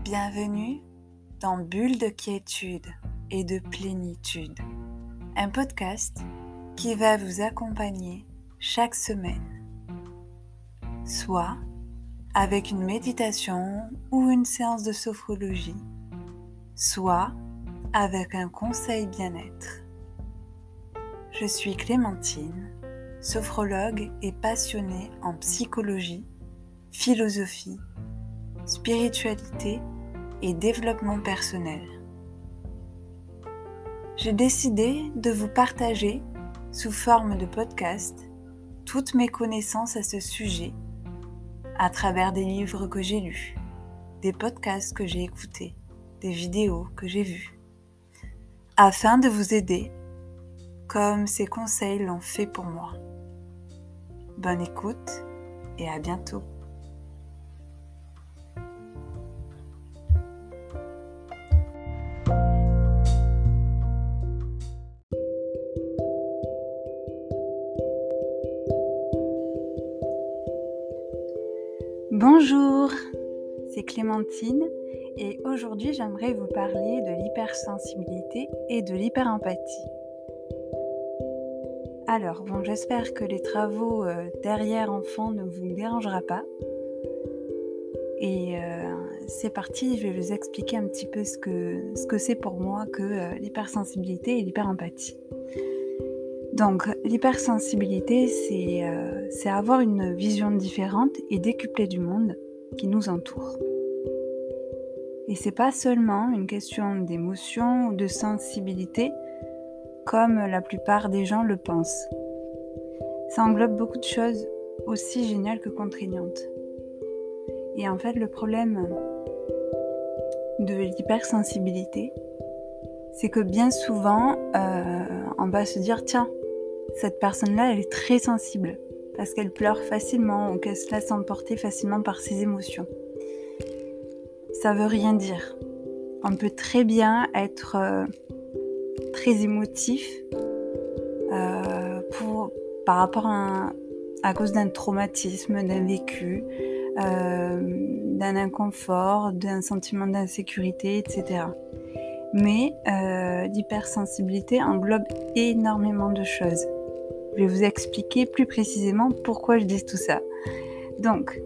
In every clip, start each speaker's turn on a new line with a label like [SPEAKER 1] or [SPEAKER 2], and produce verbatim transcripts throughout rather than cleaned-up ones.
[SPEAKER 1] Bienvenue dans Bulle de quiétude et de plénitude, un podcast qui va vous accompagner chaque semaine, soit avec une méditation ou une séance de sophrologie, soit avec un conseil bien-être. Je suis Clémentine, sophrologue et passionnée en psychologie, philosophie, spiritualité et développement personnel. J'ai décidé de vous partager, sous forme de podcast, toutes mes connaissances à ce sujet, à travers des livres que j'ai lus, des podcasts que j'ai écoutés, des vidéos que j'ai vues, afin de vous aider, comme ces conseils l'ont fait pour moi. Bonne écoute et à bientôt. Bonjour, c'est Clémentine et aujourd'hui j'aimerais vous parler de l'hypersensibilité et de l'hyperempathie. Alors bon, j'espère que les travaux euh, derrière en fond ne vous dérangera pas. Et euh, c'est parti, je vais vous expliquer un petit peu ce que, ce que c'est pour moi que euh, l'hypersensibilité et l'hyperempathie. Donc l'hypersensibilité, c'est, euh, c'est avoir une vision différente et décuplée du monde qui nous entoure. Et c'est pas seulement une question d'émotion ou de sensibilité comme la plupart des gens le pensent. Ça englobe beaucoup de choses aussi géniales que contraignantes. Et en fait, le problème de l'hypersensibilité, c'est que bien souvent, euh, on va se dire, tiens, cette personne-là, elle est très sensible parce qu'elle pleure facilement ou qu'elle se laisse emporter facilement par ses émotions. Ça veut rien dire. On peut très bien être euh, très émotif euh, pour, par rapport à, à cause d'un traumatisme, d'un vécu, euh, d'un inconfort, d'un sentiment d'insécurité, et cetera. Mais euh, l'hypersensibilité englobe énormément de choses. Je vais vous expliquer plus précisément pourquoi je dis tout ça. Donc,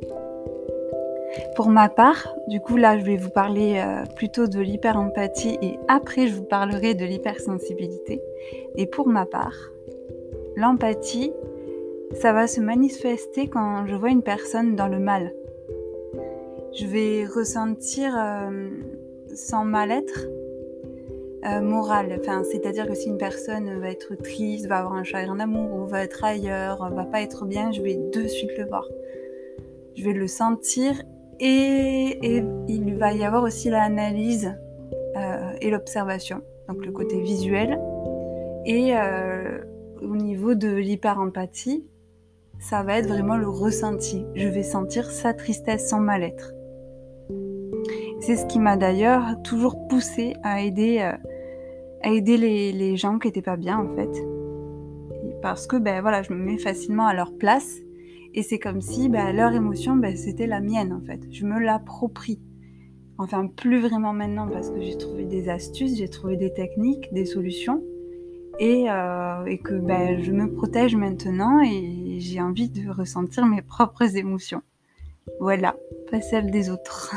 [SPEAKER 1] pour ma part, du coup là je vais vous parler euh, plutôt de l'hyperempathie et après je vous parlerai de l'hypersensibilité. Et pour ma part, l'empathie, ça va se manifester quand je vois une personne dans le mal. Je vais ressentir euh, son mal-être Euh, morale, enfin, c'est-à-dire que si une personne va être triste, va avoir un chagrin d'amour ou va être ailleurs, va pas être bien, je vais de suite le voir. Je vais le sentir et, et il va y avoir aussi l'analyse euh, et l'observation, donc le côté visuel. Et euh, au niveau de l'hyperempathie, ça va être vraiment le ressenti. Je vais sentir sa tristesse, son mal-être. C'est ce qui m'a d'ailleurs toujours poussée à aider euh, à aider les, les gens qui étaient pas bien en fait, parce que ben voilà, je me mets facilement à leur place et c'est comme si ben, leur émotion ben, c'était la mienne en fait, je me l'approprie. Enfin plus vraiment maintenant parce que j'ai trouvé des astuces, j'ai trouvé des techniques, des solutions et, euh, et que ben, je me protège maintenant et j'ai envie de ressentir mes propres émotions. Voilà, pas celles des autres.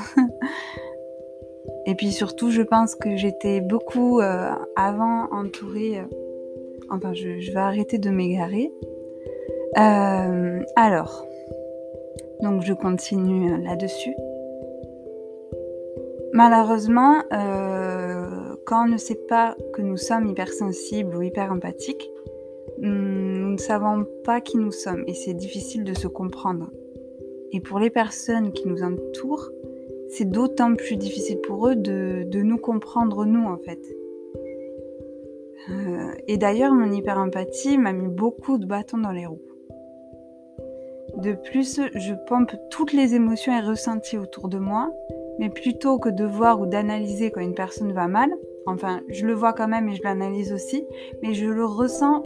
[SPEAKER 1] Et puis surtout, je pense que j'étais beaucoup euh, avant entourée... Euh, enfin, je, je vais arrêter de m'égarer. Euh, alors, donc je continue là-dessus. Malheureusement, euh, quand on ne sait pas que nous sommes hypersensibles ou hyperempathiques, nous ne savons pas qui nous sommes et c'est difficile de se comprendre. Et pour les personnes qui nous entourent, c'est d'autant plus difficile pour eux de, de nous comprendre nous en fait. Euh, et d'ailleurs, mon hyperempathie m'a mis beaucoup de bâtons dans les roues. De plus, je pompe toutes les émotions et ressentis autour de moi, mais plutôt que de voir ou d'analyser quand une personne va mal, enfin, je le vois quand même et je l'analyse aussi, mais je le ressens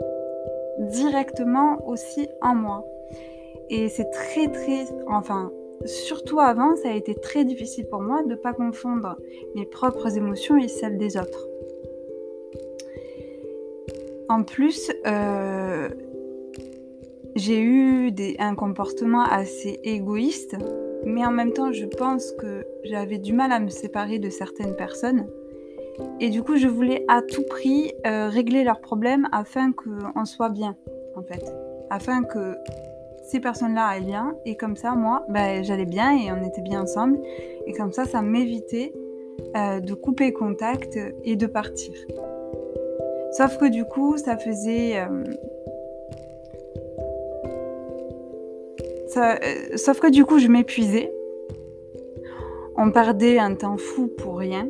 [SPEAKER 1] directement aussi en moi. Et c'est très très, enfin, surtout avant, ça a été très difficile pour moi de ne pas confondre mes propres émotions et celles des autres. En plus, euh, j'ai eu des, un comportement assez égoïste, mais en même temps, je pense que j'avais du mal à me séparer de certaines personnes. Et du coup, je voulais à tout prix euh, régler leurs problèmes afin qu'on soit bien, en fait. Afin que ces personnes-là aillent bien, et comme ça, moi, bah, j'allais bien et on était bien ensemble. Et comme ça, ça m'évitait euh, de couper contact et de partir. Sauf que du coup, ça faisait... Euh, ça, euh, sauf que du coup, je m'épuisais. On perdait un temps fou pour rien.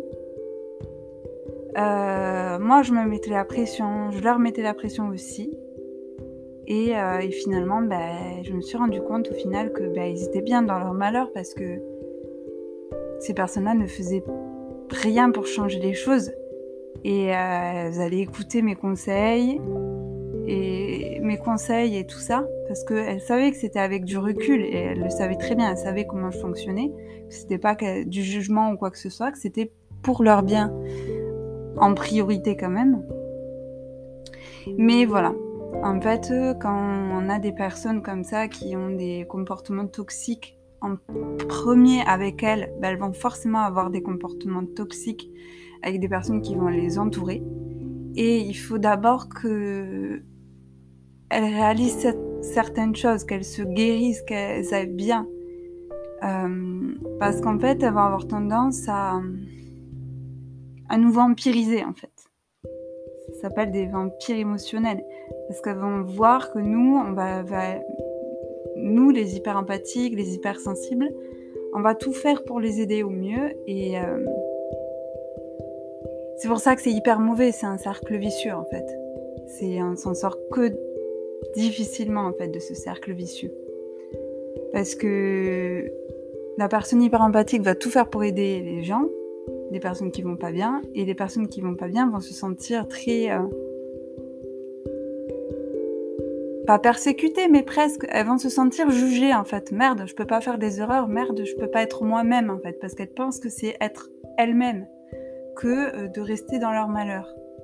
[SPEAKER 1] Euh, moi, je me mettais la pression, je leur mettais la pression aussi. Et, euh, et finalement, ben, je me suis rendu compte au final que ben, ils étaient bien dans leur malheur parce que ces personnes-là ne faisaient rien pour changer les choses. Et euh, elles allaient écouter mes conseils et mes conseils et tout ça parce qu'elles savaient que c'était avec du recul et elles le savaient très bien, elles savaient comment je fonctionnais, que c'était pas que du jugement ou quoi que ce soit, que c'était pour leur bien en priorité quand même. Mais voilà, en fait, quand on a des personnes comme ça qui ont des comportements toxiques en premier avec elles, ben elles vont forcément avoir des comportements toxiques avec des personnes qui vont les entourer. Et il faut d'abord qu'elles réalisent certaines choses, qu'elles se guérissent, qu'elles aillent bien. Euh, parce qu'en fait, elles vont avoir tendance à, à nous vampiriser, en fait. Ça s'appelle des vampires émotionnels. Parce qu'elles vont voir que nous, on va, va nous, les hyper empathiques, les hypersensibles, on va tout faire pour les aider au mieux. Et euh, c'est pour ça que c'est hyper mauvais, c'est un cercle vicieux en fait. C'est, on s'en sort que difficilement en fait de ce cercle vicieux. Parce que la personne hyper empathique va tout faire pour aider les gens, les personnes qui vont pas bien, et les personnes qui vont pas bien vont se sentir très... Euh, pas persécutées, mais presque. Elles vont se sentir jugées en fait. Merde, je peux pas faire des erreurs, merde, je peux pas être moi-même en fait. Parce qu'elles pensent que c'est être elles-mêmes que de rester dans leur malheur.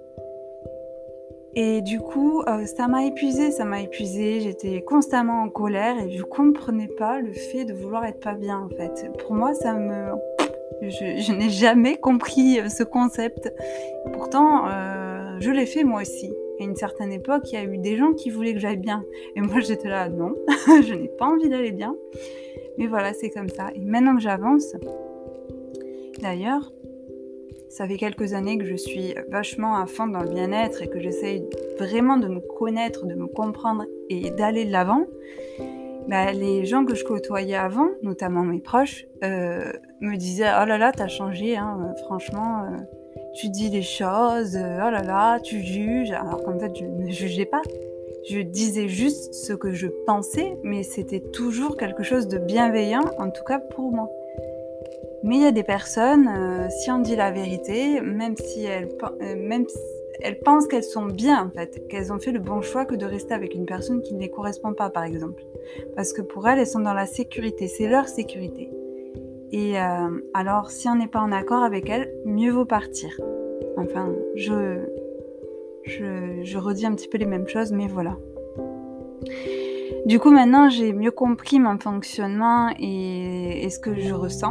[SPEAKER 1] Et du coup, euh, ça m'a épuisée, ça m'a épuisée, j'étais constamment en colère et je comprenais pas le fait de vouloir être pas bien en fait. Pour moi, ça me... Je, je n'ai jamais compris ce concept. Pourtant, euh, je l'ai fait moi aussi. À une certaine époque, il y a eu des gens qui voulaient que j'aille bien. Et moi, j'étais là, non, je n'ai pas envie d'aller bien. Mais voilà, c'est comme ça. Et maintenant que j'avance, d'ailleurs, ça fait quelques années que je suis vachement à fond dans le bien-être et que j'essaye vraiment de me connaître, de me comprendre et d'aller de l'avant. Bah, les gens que je côtoyais avant, notamment mes proches, euh, me disaient « Oh là là, t'as changé, hein, franchement, euh, tu dis les choses, euh, oh là là, tu juges. » Alors qu'en fait, je ne jugeais pas. Je disais juste ce que je pensais, mais c'était toujours quelque chose de bienveillant, en tout cas pour moi. Mais il y a des personnes, euh, si on dit la vérité, même si elles, euh, même si elles pensent qu'elles sont bien en fait, qu'elles ont fait le bon choix que de rester avec une personne qui ne les correspond pas par exemple. Parce que pour elles, elles sont dans la sécurité, c'est leur sécurité. Et euh, alors si on n'est pas en accord avec elles, mieux vaut partir. Enfin, je, je, je redis un petit peu les mêmes choses, mais voilà. Du coup maintenant j'ai mieux compris mon fonctionnement et, et ce que je ressens.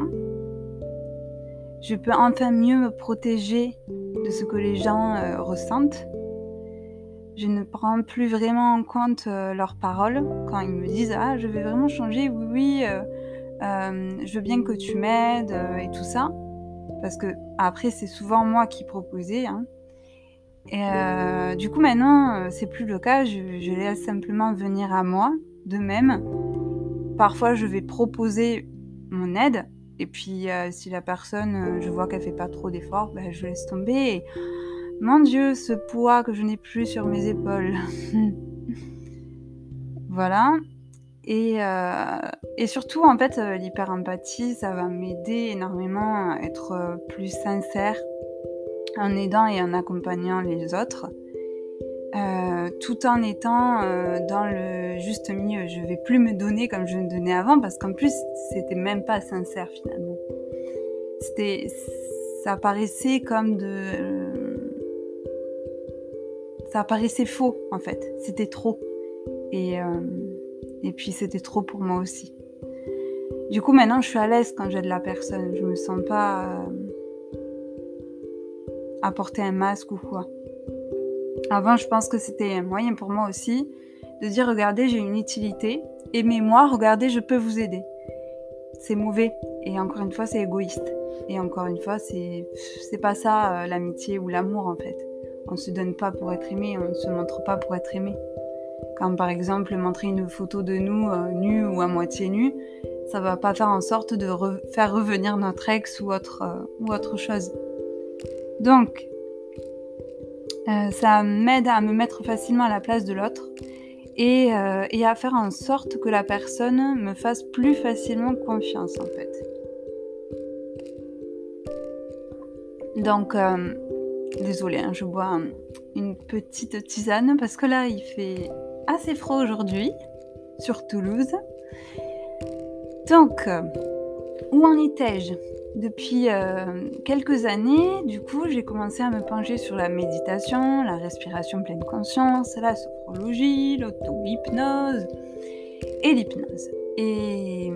[SPEAKER 1] Je peux enfin mieux me protéger de ce que les gens euh, ressentent. Je ne prends plus vraiment en compte euh, leurs paroles quand ils me disent « Ah, je vais vraiment changer, oui, oui, euh, euh, je veux bien que tu m'aides euh, et tout ça. » Parce que après, c'est souvent moi qui proposais. Hein. Et euh, du coup, maintenant, euh, c'est plus le cas. Je, je laisse simplement venir à moi, de même. Parfois, je vais proposer mon aide. Et puis, euh, si la personne, euh, je vois qu'elle fait pas trop d'efforts, ben, je laisse tomber. Et, mon Dieu, ce poids que je n'ai plus sur mes épaules. Voilà. Et, euh, et surtout, en fait, euh, l'hyper-empathie, ça va m'aider énormément à être euh, plus sincère en aidant et en accompagnant les autres. Euh, euh, tout en étant euh, dans le juste milieu. Je vais plus me donner comme je me donnais avant, parce qu'en plus, c'était même pas sincère finalement. C'était, ça paraissait comme de... euh, ça paraissait faux en fait, c'était trop. Et, euh, et puis c'était trop pour moi aussi. Du coup, maintenant, je suis à l'aise quand j'aide la personne. Je me sens pas euh, à porter un masque ou quoi. Avant, je pense que c'était un moyen pour moi aussi de dire, regardez, j'ai une utilité. Aimez-moi, regardez, je peux vous aider. C'est mauvais. Et encore une fois, c'est égoïste. Et encore une fois, c'est, c'est pas ça euh, l'amitié ou l'amour en fait. On se donne pas pour être aimé, on se montre pas pour être aimé. Comme par exemple montrer une photo de nous euh, nus ou à moitié nus, ça va pas faire en sorte de re- faire revenir notre ex ou autre, euh, ou autre chose. Donc, euh, ça m'aide à me mettre facilement à la place de l'autre et, euh, et à faire en sorte que la personne me fasse plus facilement confiance en fait. Donc, euh, désolée, hein, je bois une petite tisane parce que là il fait assez froid aujourd'hui sur Toulouse. Donc, euh, où en étais-je ? Depuis euh, quelques années, du coup, j'ai commencé à me pencher sur la méditation, la respiration pleine conscience, la sophrologie, l'auto-hypnose et l'hypnose. Et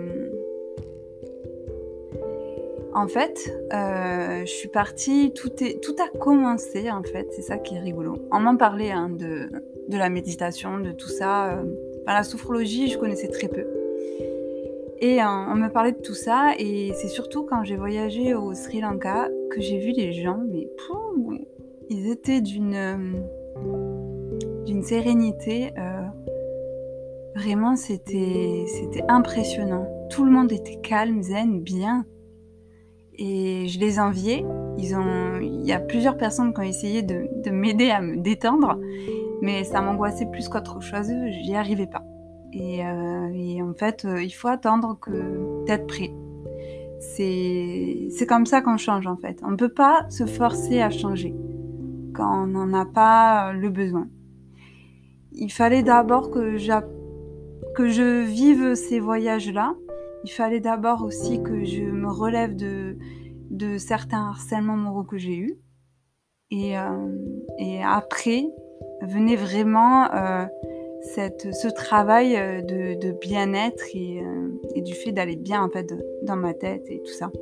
[SPEAKER 1] en fait, euh, je suis partie, tout, est, tout a commencé en fait, c'est ça qui est rigolo. On m'en parlait hein, de, de la méditation, de tout ça. Euh, enfin, la sophrologie, je connaissais très peu. Et euh, on me parlait de tout ça, et c'est surtout quand j'ai voyagé au Sri Lanka que j'ai vu les gens, mais pouf, ils étaient d'une, euh, d'une sérénité. Euh, vraiment, c'était, c'était impressionnant. Tout le monde était calme, zen, bien. Et je les enviais. Ils ont, il y a plusieurs personnes qui ont essayé de, de m'aider à me détendre, mais ça m'angoissait plus qu'autre chose, j'y arrivais pas. Et, euh, et en fait, euh, il faut attendre que d'être prêt. C'est, c'est comme ça qu'on change en fait. On ne peut pas se forcer à changer quand on n'en a pas le besoin. Il fallait d'abord que, que je vive ces voyages-là. Il fallait d'abord aussi que je me relève de, de certains harcèlements moraux que j'ai eus. Et, euh, et après, venait vraiment... Euh, Cette, ce travail de, de bien-être et, euh, et du fait d'aller bien en fait de, dans ma tête et tout ça.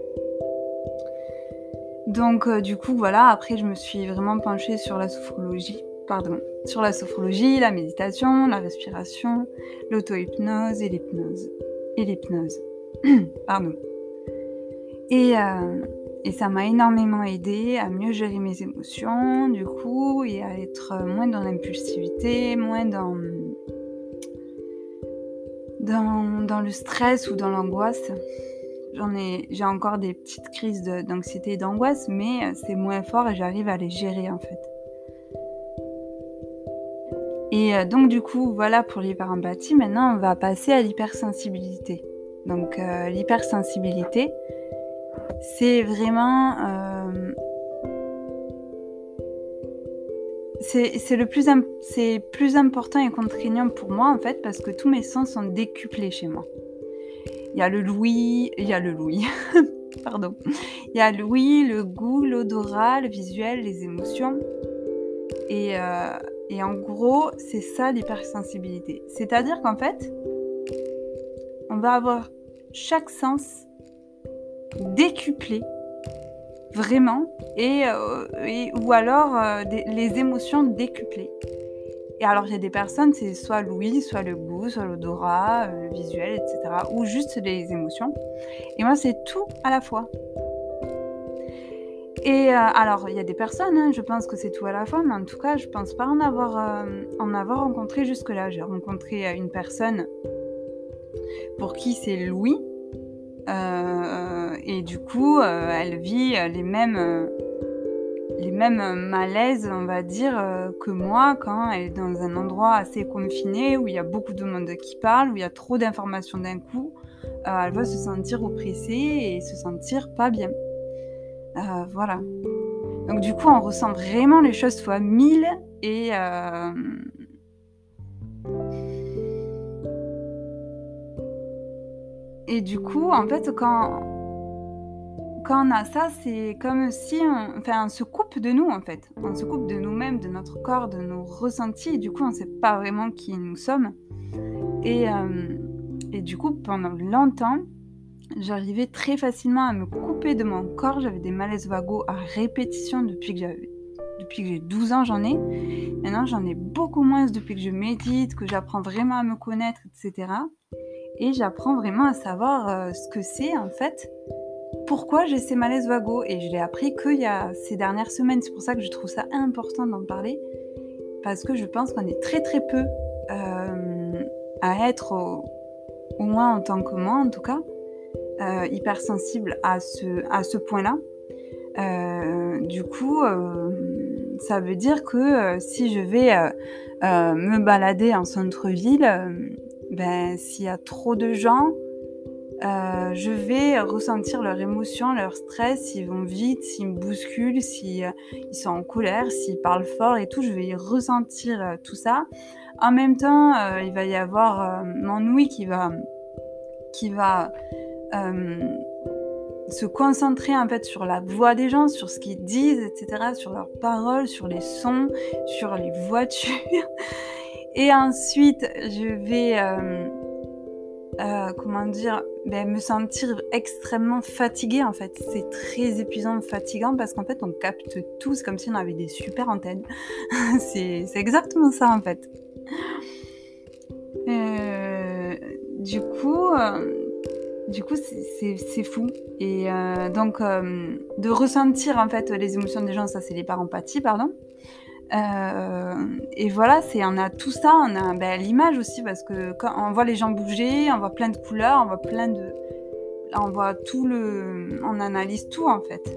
[SPEAKER 1] Donc euh, du coup voilà, après je me suis vraiment penchée sur la sophrologie, pardon, sur la sophrologie, la méditation, la respiration, l'auto-hypnose et l'hypnose. Et l'hypnose. pardon. Et, euh, et ça m'a énormément aidée à mieux gérer mes émotions, du coup, et à être moins dans l'impulsivité, moins dans, dans, dans le stress ou dans l'angoisse. J'en ai, j'ai encore des petites crises de, d'anxiété et d'angoisse, mais c'est moins fort et j'arrive à les gérer en fait. Et donc du coup, voilà pour l'hyperempathie. Maintenant, on va passer à l'hypersensibilité. Donc euh, l'hypersensibilité, c'est vraiment... Euh, c'est, c'est le plus, imp- c'est plus important et contraignant pour moi, en fait, parce que tous mes sens sont décuplés chez moi. Il y a le l'ouïe... Il y a le l'ouïe... Pardon. Il y a l'ouïe, le goût, l'odorat, le visuel, les émotions. Et, euh, et en gros, c'est ça l'hypersensibilité. C'est-à-dire qu'en fait, on va avoir chaque sens décuplé, vraiment, et, euh, et, ou alors euh, des, les émotions décuplées. Et alors, il y a des personnes, c'est soit l'ouïe, soit le goût, soit l'odorat, euh, le visuel, et cetera. Ou juste les émotions. Et moi, c'est tout à la fois. Et euh, alors, il y a des personnes, hein, je pense que c'est tout à la fois, mais en tout cas, je pense pas en avoir, euh, en avoir rencontré jusque-là. J'ai rencontré une personne pour qui c'est l'ouïe. Euh, et du coup, euh, elle vit les mêmes, euh, les mêmes malaises, on va dire, euh, que moi quand elle est dans un endroit assez confiné où il y a beaucoup de monde qui parle, où il y a trop d'informations d'un coup. Euh, elle va se sentir oppressée et se sentir pas bien. Euh, voilà. Donc du coup, on ressent vraiment les choses fois mille et euh, et du coup, en fait, quand quand on a ça, c'est comme si on, enfin, on se coupe de nous, en fait. On se coupe de nous-mêmes, de notre corps, de nos ressentis, et du coup, on ne sait pas vraiment qui nous sommes. Et, euh, et du coup, pendant longtemps, j'arrivais très facilement à me couper de mon corps. J'avais des malaises vagos à répétition depuis que j'avais, depuis que j'ai douze ans, j'en ai. Maintenant, j'en ai beaucoup moins depuis que je médite, que j'apprends vraiment à me connaître, et cetera. Et j'apprends vraiment à savoir euh, ce que c'est, en fait, pourquoi j'ai ces malaises vagos. Et je l'ai appris qu'il y a ces dernières semaines. C'est pour ça que je trouve ça important d'en parler, parce que je pense qu'on est très très peu euh, à être, au, au moins en tant que moi en tout cas, euh, hypersensible à ce, à ce point-là. Euh, du coup, euh, ça veut dire que euh, si je vais euh, euh, me balader en centre-ville, euh, ben, s'il y a trop de gens, euh, je vais ressentir leurs émotions, leur stress, s'ils vont vite, s'ils me bousculent, s'ils euh, sont en colère, s'ils parlent fort et tout, je vais ressentir euh, tout ça. En même temps, euh, il va y avoir euh, mon ouïe qui va, qui va euh, se concentrer en fait sur la voix des gens, sur ce qu'ils disent, et cetera, sur leurs paroles, sur les sons, sur les voitures. Et ensuite, je vais, euh, euh, comment dire, ben, me sentir extrêmement fatiguée en fait. C'est très épuisant, fatigant, parce qu'en fait, on capte tout, c'est comme si on avait des super antennes. c'est, c'est exactement ça en fait. Euh, du coup... Euh, Du coup, c'est, c'est, c'est fou. Et euh, donc, euh, de ressentir en fait les émotions des gens, ça c'est l'hyper-empathie, pardon. Euh, et voilà, c'est, on a tout ça, on a ben, l'image aussi, parce que quand on voit les gens bouger, on voit plein de couleurs, on voit plein de... On voit tout le... On analyse tout en fait.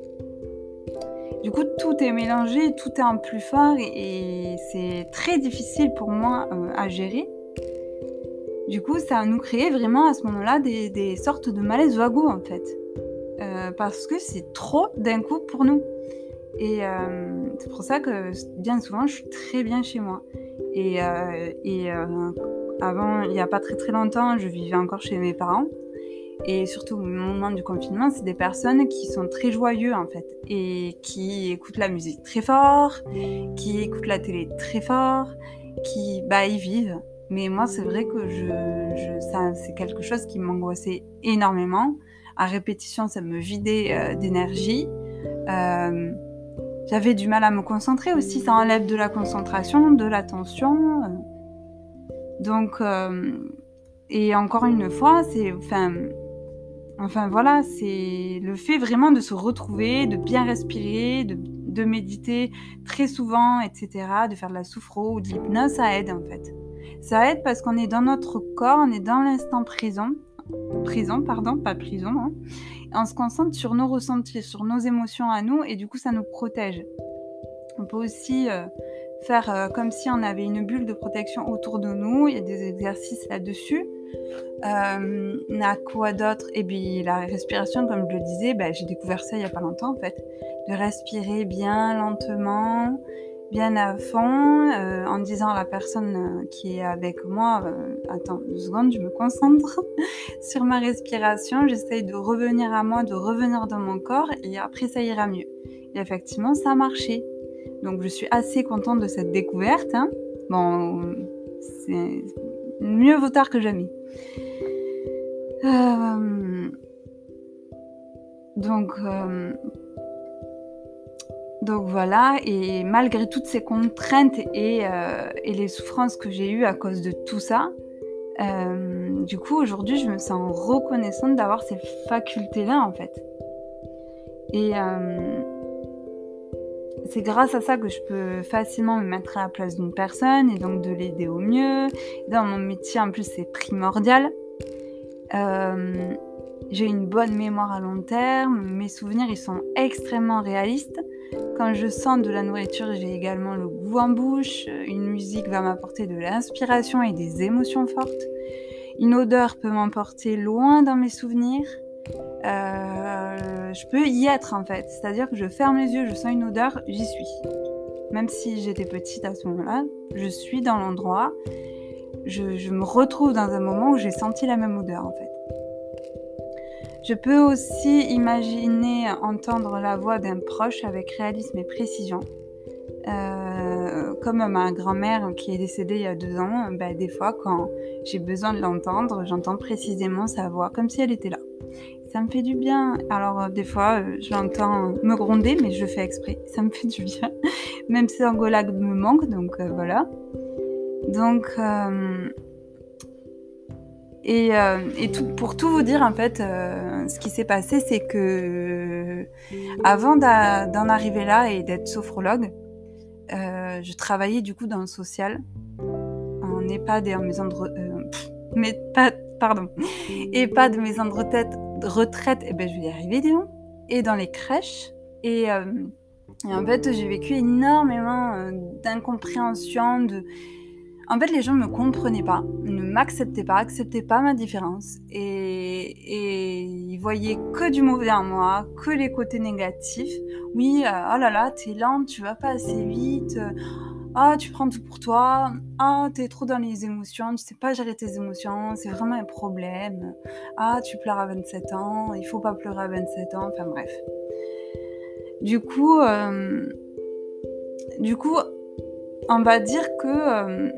[SPEAKER 1] Du coup, tout est mélangé, tout est en plus fort, et, et c'est très difficile pour moi euh, à gérer. Du coup, ça nous crée vraiment à ce moment-là des, des sortes de malaises vagos en fait. Euh, parce que c'est trop d'un coup pour nous. Et euh, c'est pour ça que bien souvent, je suis très bien chez moi. Et, euh, et euh, avant, il n'y a pas très très longtemps, je vivais encore chez mes parents. Et surtout au moment du confinement, c'est des personnes qui sont très joyeux en fait. Et qui écoutent la musique très fort, qui écoutent la télé très fort, qui, bah, y vivent. Mais moi, c'est vrai que je, je, ça, c'est quelque chose qui m'angoissait énormément. À répétition, ça me vidait euh, d'énergie. Euh, j'avais du mal à me concentrer aussi. Ça enlève de la concentration, de l'attention. Donc, euh, et encore une fois, c'est, enfin, enfin voilà, c'est le fait vraiment de se retrouver, de bien respirer, de, de méditer très souvent, et cetera, de faire de la sophro ou de l'hypnose, ça aide en fait. Ça aide parce qu'on est dans notre corps, on est dans l'instant présent, présent, pardon, pas prison, hein, et on se concentre sur nos ressentis, sur nos émotions à nous, et du coup ça nous protège. On peut aussi euh, faire euh, comme si on avait une bulle de protection autour de nous, il y a des exercices là-dessus. Euh, on a quoi d'autre? Et puis la respiration, comme je le disais, bah, j'ai découvert ça il n'y a pas longtemps en fait, de respirer bien lentement, bien à fond, euh, en disant à la personne euh, qui est avec moi, euh, attends deux secondes, je me concentre sur ma respiration, j'essaye de revenir à moi, de revenir dans mon corps, et après ça ira mieux. Et effectivement, ça a marché. Donc je suis assez contente de cette découverte. Hein. Bon, c'est mieux vaut tard que jamais. Euh, donc... Euh, Donc voilà, et malgré toutes ces contraintes et, euh, et les souffrances que j'ai eues à cause de tout ça, euh, du coup aujourd'hui je me sens reconnaissante d'avoir ces facultés-là en fait. Et euh, c'est grâce à ça que je peux facilement me mettre à la place d'une personne et donc de l'aider au mieux. Dans mon métier en plus c'est primordial. Euh, j'ai une bonne mémoire à long terme, mes souvenirs ils sont extrêmement réalistes. Quand je sens de la nourriture, j'ai également le goût en bouche. Une musique va m'apporter de l'inspiration et des émotions fortes. Une odeur peut m'emporter loin dans mes souvenirs. Euh, je peux y être en fait. C'est-à-dire que je ferme les yeux, je sens une odeur, j'y suis. Même si j'étais petite à ce moment-là, je suis dans l'endroit, je, je me retrouve dans un moment où j'ai senti la même odeur en fait. Je peux aussi imaginer entendre la voix d'un proche avec réalisme et précision. Euh, comme ma grand-mère qui est décédée il y a deux ans, ben, des fois quand j'ai besoin de l'entendre, j'entends précisément sa voix, comme si elle était là. Ça me fait du bien. Alors euh, des fois, euh, je l'entends me gronder, mais je fais exprès, ça me fait du bien. Même si Angola me manque, donc euh, voilà. Donc... Euh, Et, euh, et tout, pour tout vous dire, en fait, euh, ce qui s'est passé, c'est que euh, avant d'a, d'en arriver là et d'être sophrologue, euh, je travaillais du coup dans le social, en EHPAD et en maison de re- euh, pff, mais pas, pardon, EHPAD, maison de retraite, de retraite, et ben je vais y arriver, disons, et dans les crèches. Et, euh, et en fait, j'ai vécu énormément euh, d'incompréhension, de En fait, les gens ne me comprenaient pas, ne m'acceptaient pas, acceptaient pas ma différence. Et, et ils voyaient que du mauvais en moi, que les côtés négatifs. Oui, euh, oh là là, t'es lente, tu vas pas assez vite. Ah, oh, tu prends tout pour toi. Ah, oh, t'es trop dans les émotions, tu sais pas gérer tes émotions, c'est vraiment un problème. Ah, tu pleures à vingt-sept ans, il faut pas pleurer à vingt-sept ans, enfin bref. Du coup, euh, du coup, on va dire que... Euh,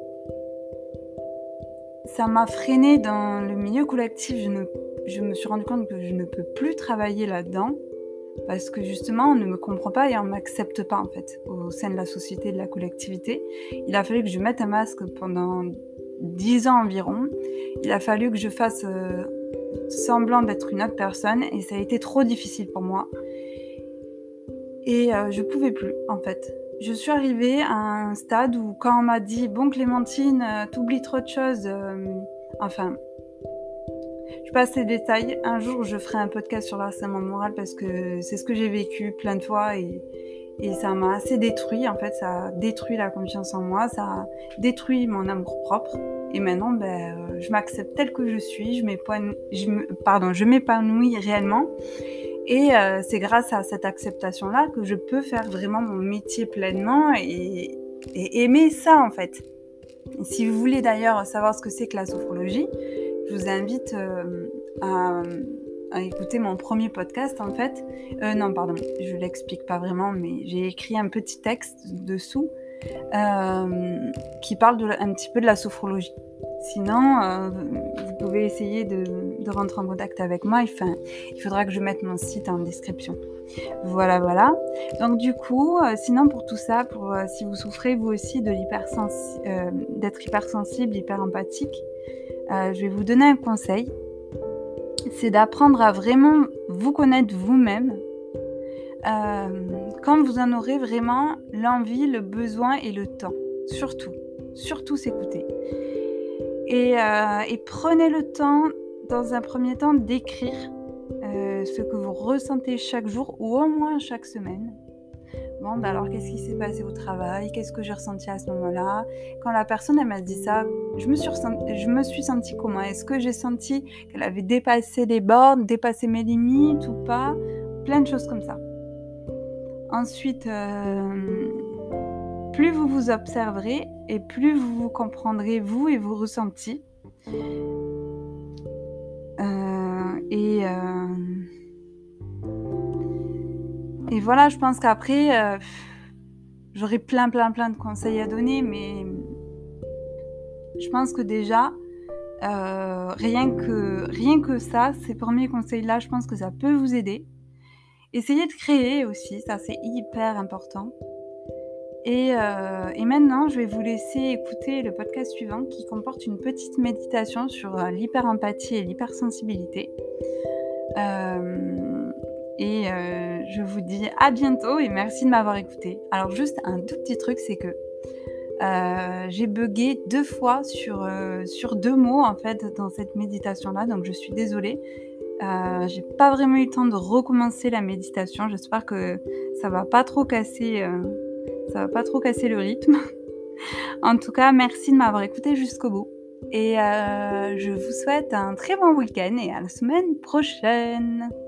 [SPEAKER 1] ça m'a freinée dans le milieu collectif. Je, ne, je me suis rendu compte que je ne peux plus travailler là-dedans parce que justement, on ne me comprend pas et on ne m'accepte pas en fait au sein de la société, de la collectivité. Il a fallu que je mette un masque pendant dix ans environ. Il a fallu que je fasse euh, semblant d'être une autre personne et ça a été trop difficile pour moi. Et euh, je ne pouvais plus en fait. Je suis arrivée à un stade où quand on m'a dit « Bon Clémentine, euh, t'oublies trop de choses euh, », enfin, je passe les détails. Un jour, je ferai un podcast sur l'harcèlement moral parce que c'est ce que j'ai vécu plein de fois et, et ça m'a assez détruit. En fait, ça a détruit la confiance en moi, ça a détruit mon amour propre. Et maintenant, ben, euh, je m'accepte telle que je suis, je m'épanouis, je me, pardon, je m'épanouis réellement. Et euh, c'est grâce à cette acceptation-là que je peux faire vraiment mon métier pleinement et, et aimer ça en fait. Et si vous voulez d'ailleurs savoir ce que c'est que la sophrologie, je vous invite euh, à, à écouter mon premier podcast en fait. Euh, non, pardon, je ne l'explique pas vraiment, mais j'ai écrit un petit texte dessous euh, qui parle de, un petit peu de la sophrologie. Sinon, euh, vous pouvez essayer de, de rentrer en contact avec moi. Enfin, il faudra que je mette mon site en description. Voilà, voilà. Donc du coup, euh, sinon pour tout ça, pour, euh, si vous souffrez vous aussi de l'hypersensi- euh, d'être hypersensible, hyper empathique, euh, je vais vous donner un conseil. C'est d'apprendre à vraiment vous connaître vous-même euh, quand vous en aurez vraiment l'envie, le besoin et le temps. Surtout, surtout s'écouter. Et, euh, et prenez le temps, dans un premier temps, d'écrire euh, ce que vous ressentez chaque jour ou au moins chaque semaine. Bon, bah alors qu'est-ce qui s'est passé au travail? Qu'est-ce que j'ai ressenti à ce moment-là? Quand la personne elle m'a dit ça, je me suis, ressenti, je me suis sentie comment? Est-ce que j'ai senti qu'elle avait dépassé les bornes, dépassé mes limites ou pas? Plein de choses comme ça. Ensuite, euh, plus vous vous observerez et plus vous vous comprendrez vous et vos ressentis. Euh, et, euh, et voilà, je pense qu'après, euh, j'aurai plein, plein, plein de conseils à donner, mais je pense que déjà, euh, rien que, rien que ça, ces premiers conseils-là, je pense que ça peut vous aider. Essayez de créer aussi, ça c'est hyper important. Et, euh, et maintenant, je vais vous laisser écouter le podcast suivant qui comporte une petite méditation sur euh, l'hyper-empathie et l'hypersensibilité. Euh, et euh, je vous dis à bientôt et merci de m'avoir écouté. Alors juste un tout petit truc, c'est que euh, j'ai bugué deux fois sur, euh, sur deux mots en fait dans cette méditation-là, donc je suis désolée. Euh, j'ai pas vraiment eu le temps de recommencer la méditation. J'espère que ça va pas trop casser... Euh, Ça va pas trop casser le rythme. En tout cas, merci de m'avoir écouté jusqu'au bout. Et euh, je vous souhaite un très bon week-end et à la semaine prochaine.